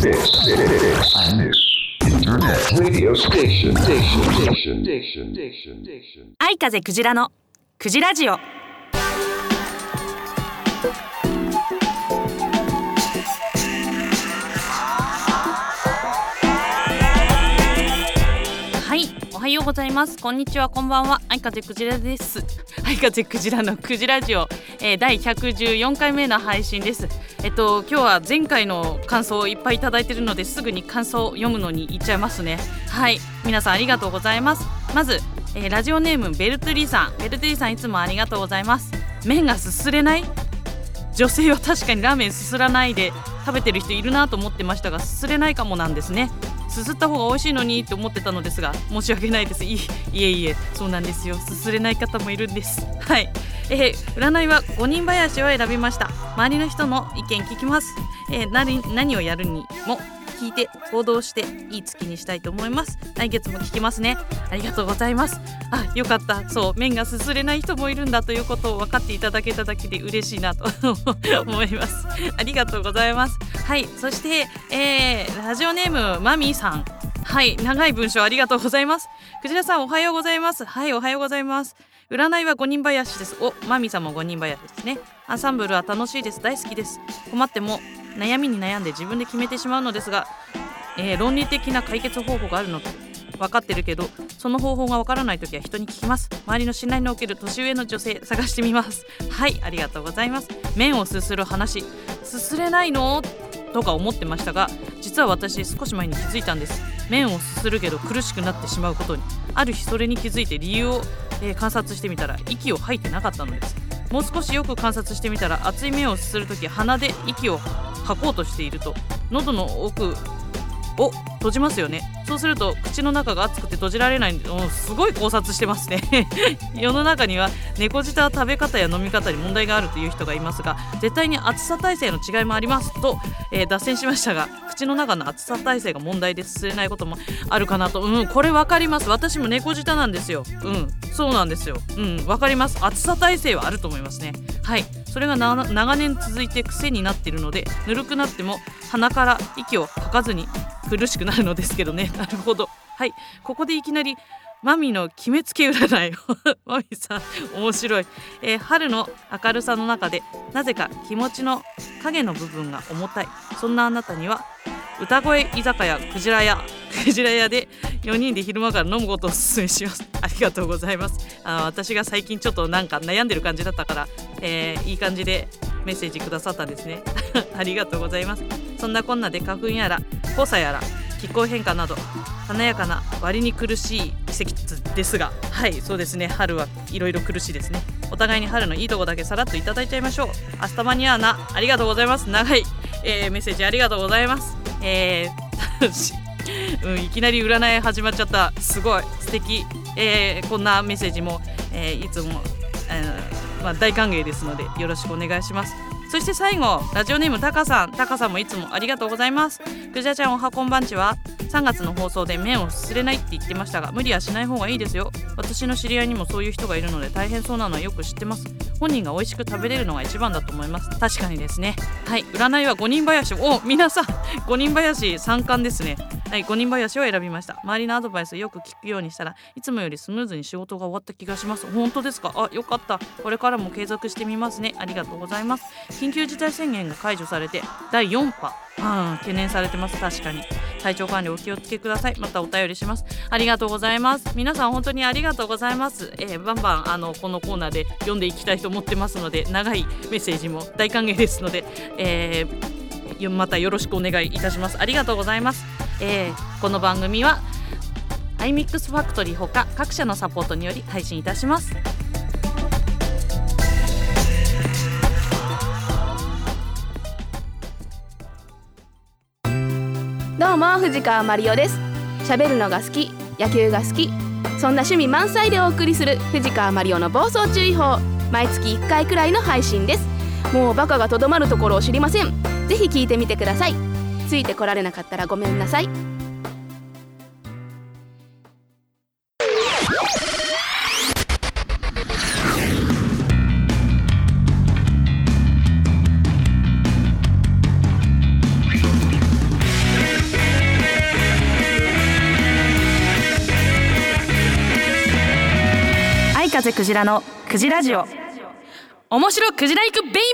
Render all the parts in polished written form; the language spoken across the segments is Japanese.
Internet radio station. 愛風クジラのクジラジオ。はい、おはようございます。こんにちは、こんばんは。愛風クジラです。愛風クジラのクジラジオ、第114回目の配信です。今日は前回の感想をいっぱいいただいているので、すぐに感想を読むのに行っちゃいますね。はい、皆さんありがとうございます。まず、ラジオネームベルトゥリーさん、いつもありがとうございます。麺がすすれない？女性は確かにラーメンすすらないで食べてる人いるなと思ってましたが、すすれないかもなんですね。すすった方が美味しいのにって思ってたのですが、申し訳ないです。いえ、そうなんですよ。すすれない方もいるんです。はい。占いは5人林を選びました。周りの人の意見聞きます。何をやるにも聞いて行動していい月にしたいと思います。来月も聞きますね。ありがとうございます。よかった。そう、麺がすすれない人もいるんだということを分かっていただけただけで嬉しいなと思います。ありがとうございます。はい、そして、ラジオネームマミーさん、はい、長い文章ありがとうございます。クジラさんおはようございます。はい、おはようございます。占いは5人林です。マミーさんも5人林ですね。アンサンブルは楽しいです。大好きです。困っても悩みに悩んで自分で決めてしまうのですが、論理的な解決方法があるのと分かってるけど、その方法が分からないときは人に聞きます。周りの信頼のおける年上の女性探してみます。はい、ありがとうございます。麺をすする話、すすれないのとか思ってましたが、実は私少し前に気づいたんです。麺をすするけど苦しくなってしまうことに。ある日それに気づいて理由を、観察してみたら息を吐いてなかったのです。もう少しよく観察してみたら、熱い麺をすするとき鼻で息を吐こうとしていると喉の奥を閉じますよね。そうすると口の中が熱くて閉じられないんで、すごい考察してますね世の中には猫舌は食べ方や飲み方に問題があるという人がいますが、絶対に熱さ耐性の違いもありますと、脱線しましたが、口の中の熱さ耐性が問題ですすれないこともあるかなと。これ分かります。私も猫舌なんですよ。そうなんですよ。分かります。熱さ耐性はあると思いますね。はい、それが長年続いて癖になっているので、ぬるくなっても鼻から息を吐かずに苦しくなるのですけどね。なるほど。はい、ここでいきなりマミの決めつけ占いマミさん面白い。春の明るさの中でなぜか気持ちの影の部分が重たい、そんなあなたには歌声居酒屋クジラ屋で4人で昼間から飲むことをおすすめします。ありがとうございます。私が最近ちょっとなんか悩んでる感じだったから、いい感じでメッセージくださったんですねありがとうございます。そんなこんなで花粉やら黄砂やら気候変化など華やかな割に苦しい季節ですが、はい、そうですね。春はいろいろ苦しいですね。お互いに春のいいとこだけさらっといただいちゃいましょう。アスタマニアーナ、ありがとうございます。長い、メッセージありがとうございます。いきなり占い始まっちゃった。すごい素敵。こんなメッセージも、いつも、大歓迎ですのでよろしくお願いします。そして最後、ラジオネームタカさんもいつもありがとうございます。クジラちゃん、おはこんばんちは。3月の放送で麺をすすれないって言ってましたが、無理はしない方がいいですよ。私の知り合いにもそういう人がいるので大変そうなのはよく知ってます。本人が美味しく食べれるのが一番だと思います。確かにですね。はい、占いは5人林。皆さん5人林3冠ですね。はい、5人林を選びました。周りのアドバイスをよく聞くようにしたら、いつもよりスムーズに仕事が終わった気がします。本当ですか？よかった。これからも継続してみますね。ありがとうございます。緊急事態宣言が解除されて第4波、懸念されてます。確かに体調管理お気をつけください。またお便りします。ありがとうございます。皆さん本当にありがとうございます。バンバンこのコーナーで読んでいきたいと思ってますので、長いメッセージも大歓迎ですので、またよろしくお願いいたします。ありがとうございます。この番組は iMix ファクトリーほか各社のサポートにより配信いたします。 どうも、藤川マリオです。喋るのが好き、野球が好き、そんな趣味満載でお送りする藤川マリオの暴走注意報、毎月1回くらいの配信です。もうバカがとどまるところを知りません。ぜひ聞いてみてください。ついてこられなかったらごめんなさい。 風クジラのクジラジオ。面白クジラ行くベイベー。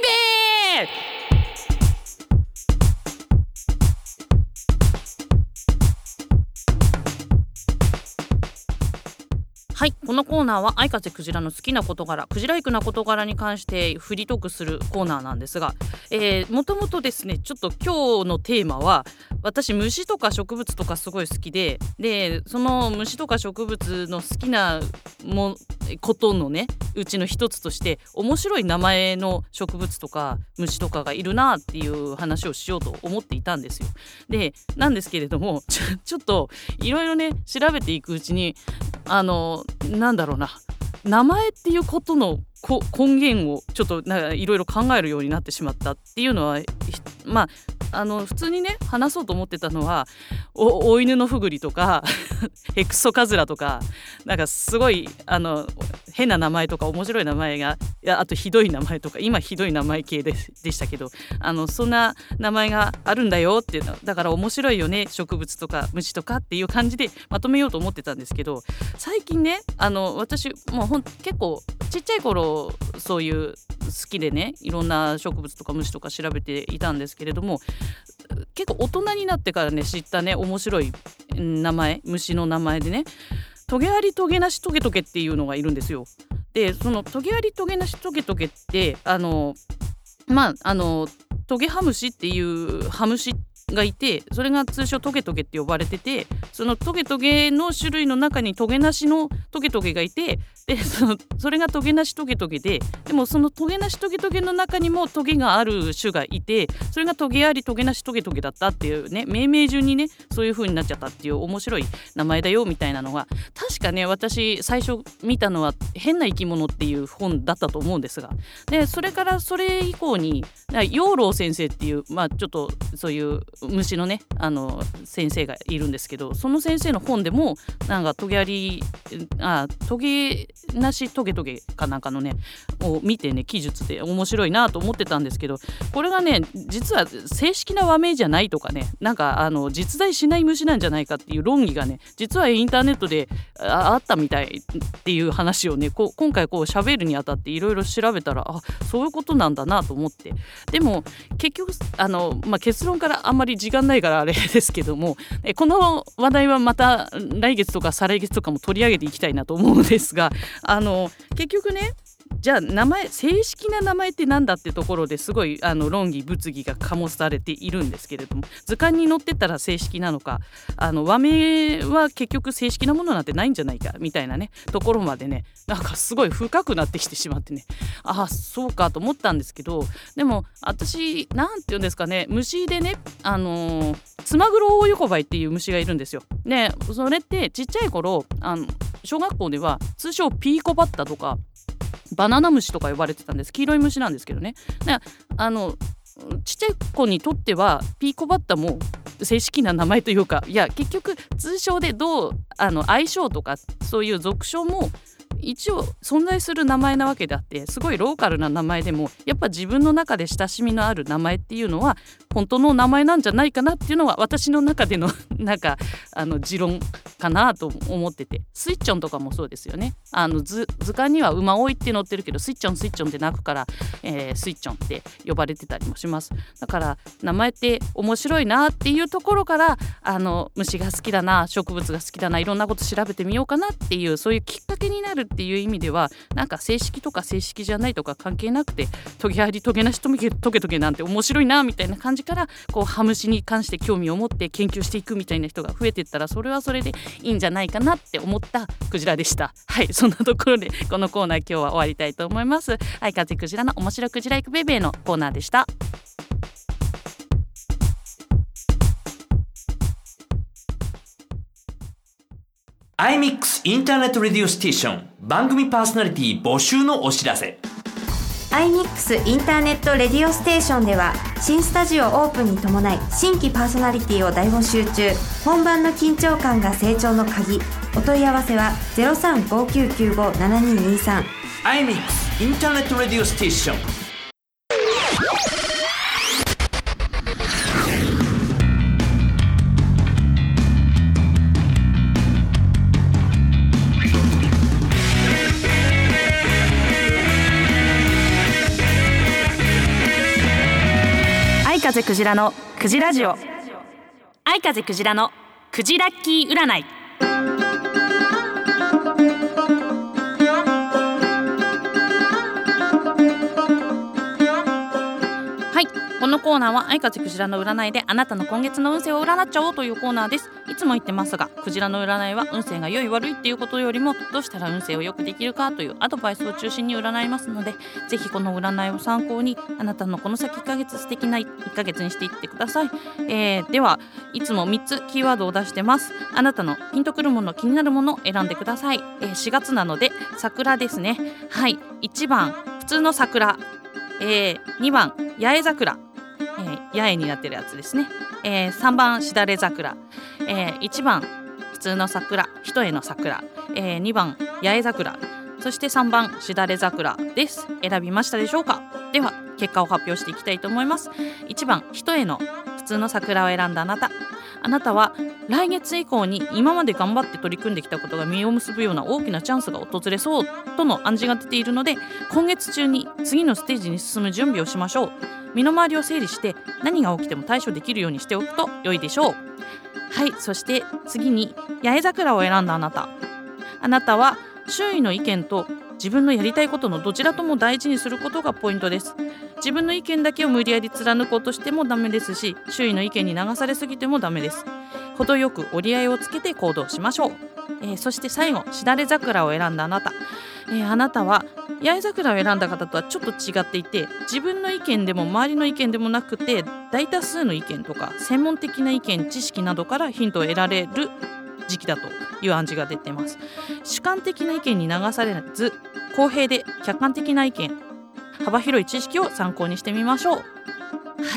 はい、このコーナーは相風クジラの好きな事柄、クジライクな事柄に関してフリートークするコーナーなんですが、もともとですね、ちょっと今日のテーマは、私虫とか植物とかすごい好きで、その虫とか植物の好きなことのね、うちの一つとして面白い名前の植物とか虫とかがいるなっていう話をしようと思っていたんですよ。なんですけれども、ちょっといろいろね調べていくうちになんだろうな、名前っていうことの根源をちょっといろいろ考えるようになってしまったっていうのは、普通にね話そうと思ってたのはお犬のふぐりとかヘクソカズラとか、なんかすごい変な名前とか面白い名前が、あとひどい名前とか、今ひどい名前系でしたけど、そんな名前があるんだよっていうのだから面白いよね、植物とか虫とかっていう感じでまとめようと思ってたんですけど、最近ね私もう結構ちっちゃい頃そういう好きでね、いろんな植物とか虫とか調べていたんですけれども、結構大人になってからね知ったね面白い名前、虫の名前でね、トゲありトゲなしトゲトゲっていうのがいるんですよ。でそのトゲありトゲなしトゲトゲってトゲハムシっていうハムシがいて、それが通称トゲトゲって呼ばれてて、そのトゲトゲの種類の中にトゲなしのトゲトゲがいて、でそれがトゲなしトゲトゲで、でもそのトゲなしトゲトゲの中にもトゲがある種がいて、それがトゲありトゲなしトゲトゲだったっていうね、命名順にねそういう風になっちゃったっていう面白い名前だよみたいなのが、確かね私最初見たのは変な生き物っていう本だったと思うんですが、でそれからそれ以降に養老先生っていう、ちょっとそういう虫のね先生がいるんですけど、その先生の本でもなんかトゲなしトゲトゲかなんかのねを見てね、記述で面白いなと思ってたんですけど、これがね実は正式な和名じゃないとかね、なんか実在しない虫なんじゃないかっていう論議がね実はインターネットであったみたいっていう話をね今回喋るにあたっていろいろ調べたら、そういうことなんだなと思って、でも結局結論からあんまり時間ないからあれですけども、この話題はまた来月とか再来月とかも取り上げていきたいなと思うんですが、結局ね、じゃあ正式な名前ってなんだってところですごい論議物議が醸されているんですけれども、図鑑に載ってたら正式なのか、和名は結局正式なものなんてないんじゃないかみたいなねところまでね、なんかすごい深くなってきてしまってね、そうかと思ったんですけど、でも私なんて言うんですかね、虫でねツマグロオオヨコバイっていう虫がいるんですよ。でそれってちっちゃい頃小学校では通称ピーコバッタとかバナナ虫とか呼ばれてたんです。黄色い虫なんですけどね。でちっちゃい子にとってはピーコバッタも正式な名前というか、結局通称で愛称とかそういう俗称も一応存在する名前なわけであって、すごいローカルな名前でもやっぱ自分の中で親しみのある名前っていうのは本当の名前なんじゃないかなっていうのは私の中での持論かなと思ってて、スイッチョンとかもそうですよね。図鑑には馬追いって載ってるけど、スイッチョンって鳴くから、スイッチョンって呼ばれてたりもします。だから名前って面白いなっていうところから、虫が好きだな、植物が好きだな、いろんなこと調べてみようかなっていう、そういうきっかけになるっていう意味では、なんか正式とか正式じゃないとか関係なくて、トゲありトゲなしトゲトゲなんて面白いなみたいな感じからハムシに関して興味を持って研究していくみたいな人が増えていったら、それはそれでいいんじゃないかなって思ったクジラでした。はい、そんなところでこのコーナー今日は終わりたいと思います。相風クジラの面白クジライクベベーのコーナーでした。 iMix インターネットラディオステーション番組パーソナリティ募集のお知らせ。 iMix インターネットレディオステーションでは新スタジオオープンに伴い新規パーソナリティを大募集中。本番の緊張感が成長の鍵。お問い合わせは 0359957223。 iMix インターネットラディオステーション。 風クジラのクジラジオ。愛風クジラのクジラッキー占い。はい、このコーナーは愛風クジラの占いであなたの今月の運勢を占っちゃおうというコーナーです。いつも言ってますが、クジラの占いは運勢が良い悪いっていうことよりも、どうしたら運勢を良くできるかというアドバイスを中心に占いますので、ぜひこの占いを参考にあなたのこの先1ヶ月素敵な1ヶ月にしていってください。ではいつも3つキーワードを出してます。あなたのピンとくるもの、気になるものを選んでください。4月なので桜ですね。はい、1番普通の桜、2番八重桜、八重になってるやつですね。3番しだれ桜、1番普通の桜、一重の桜、2番八重桜、そして3番しだれ桜です。選びましたでしょうか。では結果を発表していきたいと思います。1番一重の普通の桜を選んだあなたは来月以降に今まで頑張って取り組んできたことが実を結ぶような大きなチャンスが訪れそうとの暗示が出ているので、今月中に次のステージに進む準備をしましょう。身の回りを整理して何が起きても対処できるようにしておくと良いでしょう。はい、そして次に八重桜を選んだあなたは周囲の意見と自分のやりたいことのどちらとも大事にすることがポイントです。自分の意見だけを無理やり貫こうとしてもダメですし、周囲の意見に流されすぎてもダメです。程よく折り合いをつけて行動しましょう。そして最後しだれ桜を選んだあなたは八重桜を選んだ方とはちょっと違っていて、自分の意見でも周りの意見でもなくて、大多数の意見とか専門的な意見、知識などからヒントを得られる時期だという暗示が出ています。主観的な意見に流されず、公平で客観的な意見、幅広い知識を参考にしてみましょう。はい、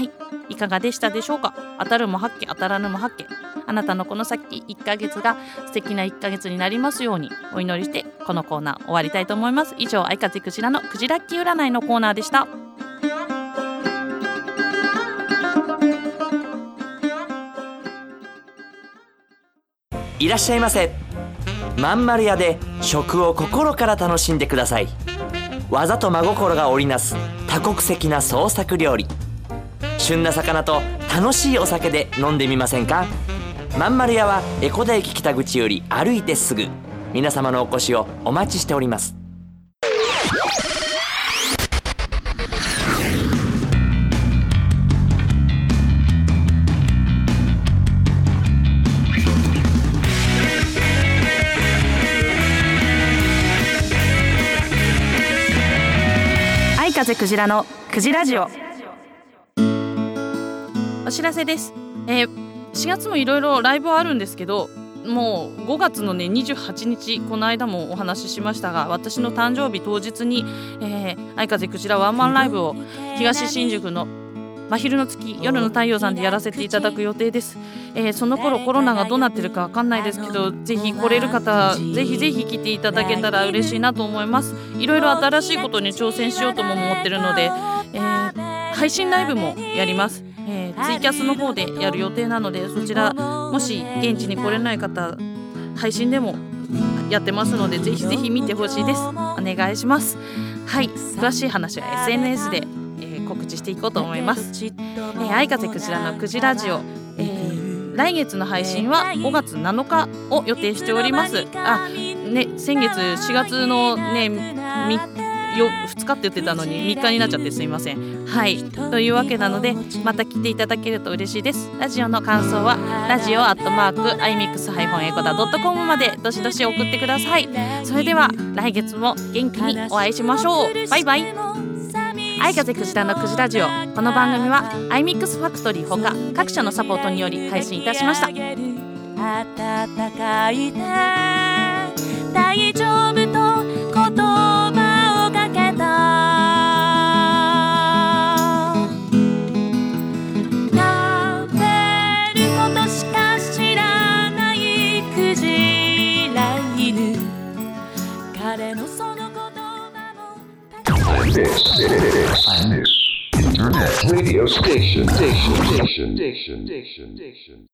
いかがでしたでしょうか。当たるも八卦、当たらぬも八卦。あなたのこの先1ヶ月が素敵な1ヶ月になりますようにお祈りしてこのコーナー終わりたいと思います。以上、愛風クジラのクジラッキー占いのコーナーでした。 いらっしゃいませ。まんまる屋で食を心から楽しんでください。技と真心が織りなす多国籍な創作料理。旬な魚と楽しいお酒で飲んでみませんか。まんまる屋は江古田駅北口より歩いてすぐ。皆様のお越しをお待ちしております。 愛風クジラのクジラジオ。お知らせです。4月もいろいろライブはあるんですけど、もう5月のね28日、この間もお話ししましたが、私の誕生日当日に、愛風クジラワンマンライブを東新宿の真昼の月夜の太陽さんでやらせていただく予定です。その頃コロナがどうなってるか分かんないですけど、ぜひ来れる方ぜひぜひ来ていただけたら嬉しいなと思います。いろいろ新しいことに挑戦しようとも思ってるので、配信ライブもやります。ツイキャスの方でやる予定なので、そちらもし現地に来れない方、配信でもやってますので、ぜひぜひ見てほしいです。お願いします。はい、詳しい話は SNS で、告知していこうと思います。愛風クジラのクジラジオ、来月の配信は5月7日を予定しております。先月4月のね2日って言ってたのに3日になっちゃってすいません。はい、というわけなので、また来ていただけると嬉しいです。ラジオの感想はラジオ@imix-ecoda.com までどしどし送ってください。それでは来月も元気にお会いしましょう。バイバイ。愛風クジラのクジラジオ。この番組は iMix ファクトリーほか各社のサポートにより配信いたしました。 暖かいね、大丈夫と言葉をかけた。食べることしか知らないクジラ犬、彼のその言葉も This Internet Radio Station.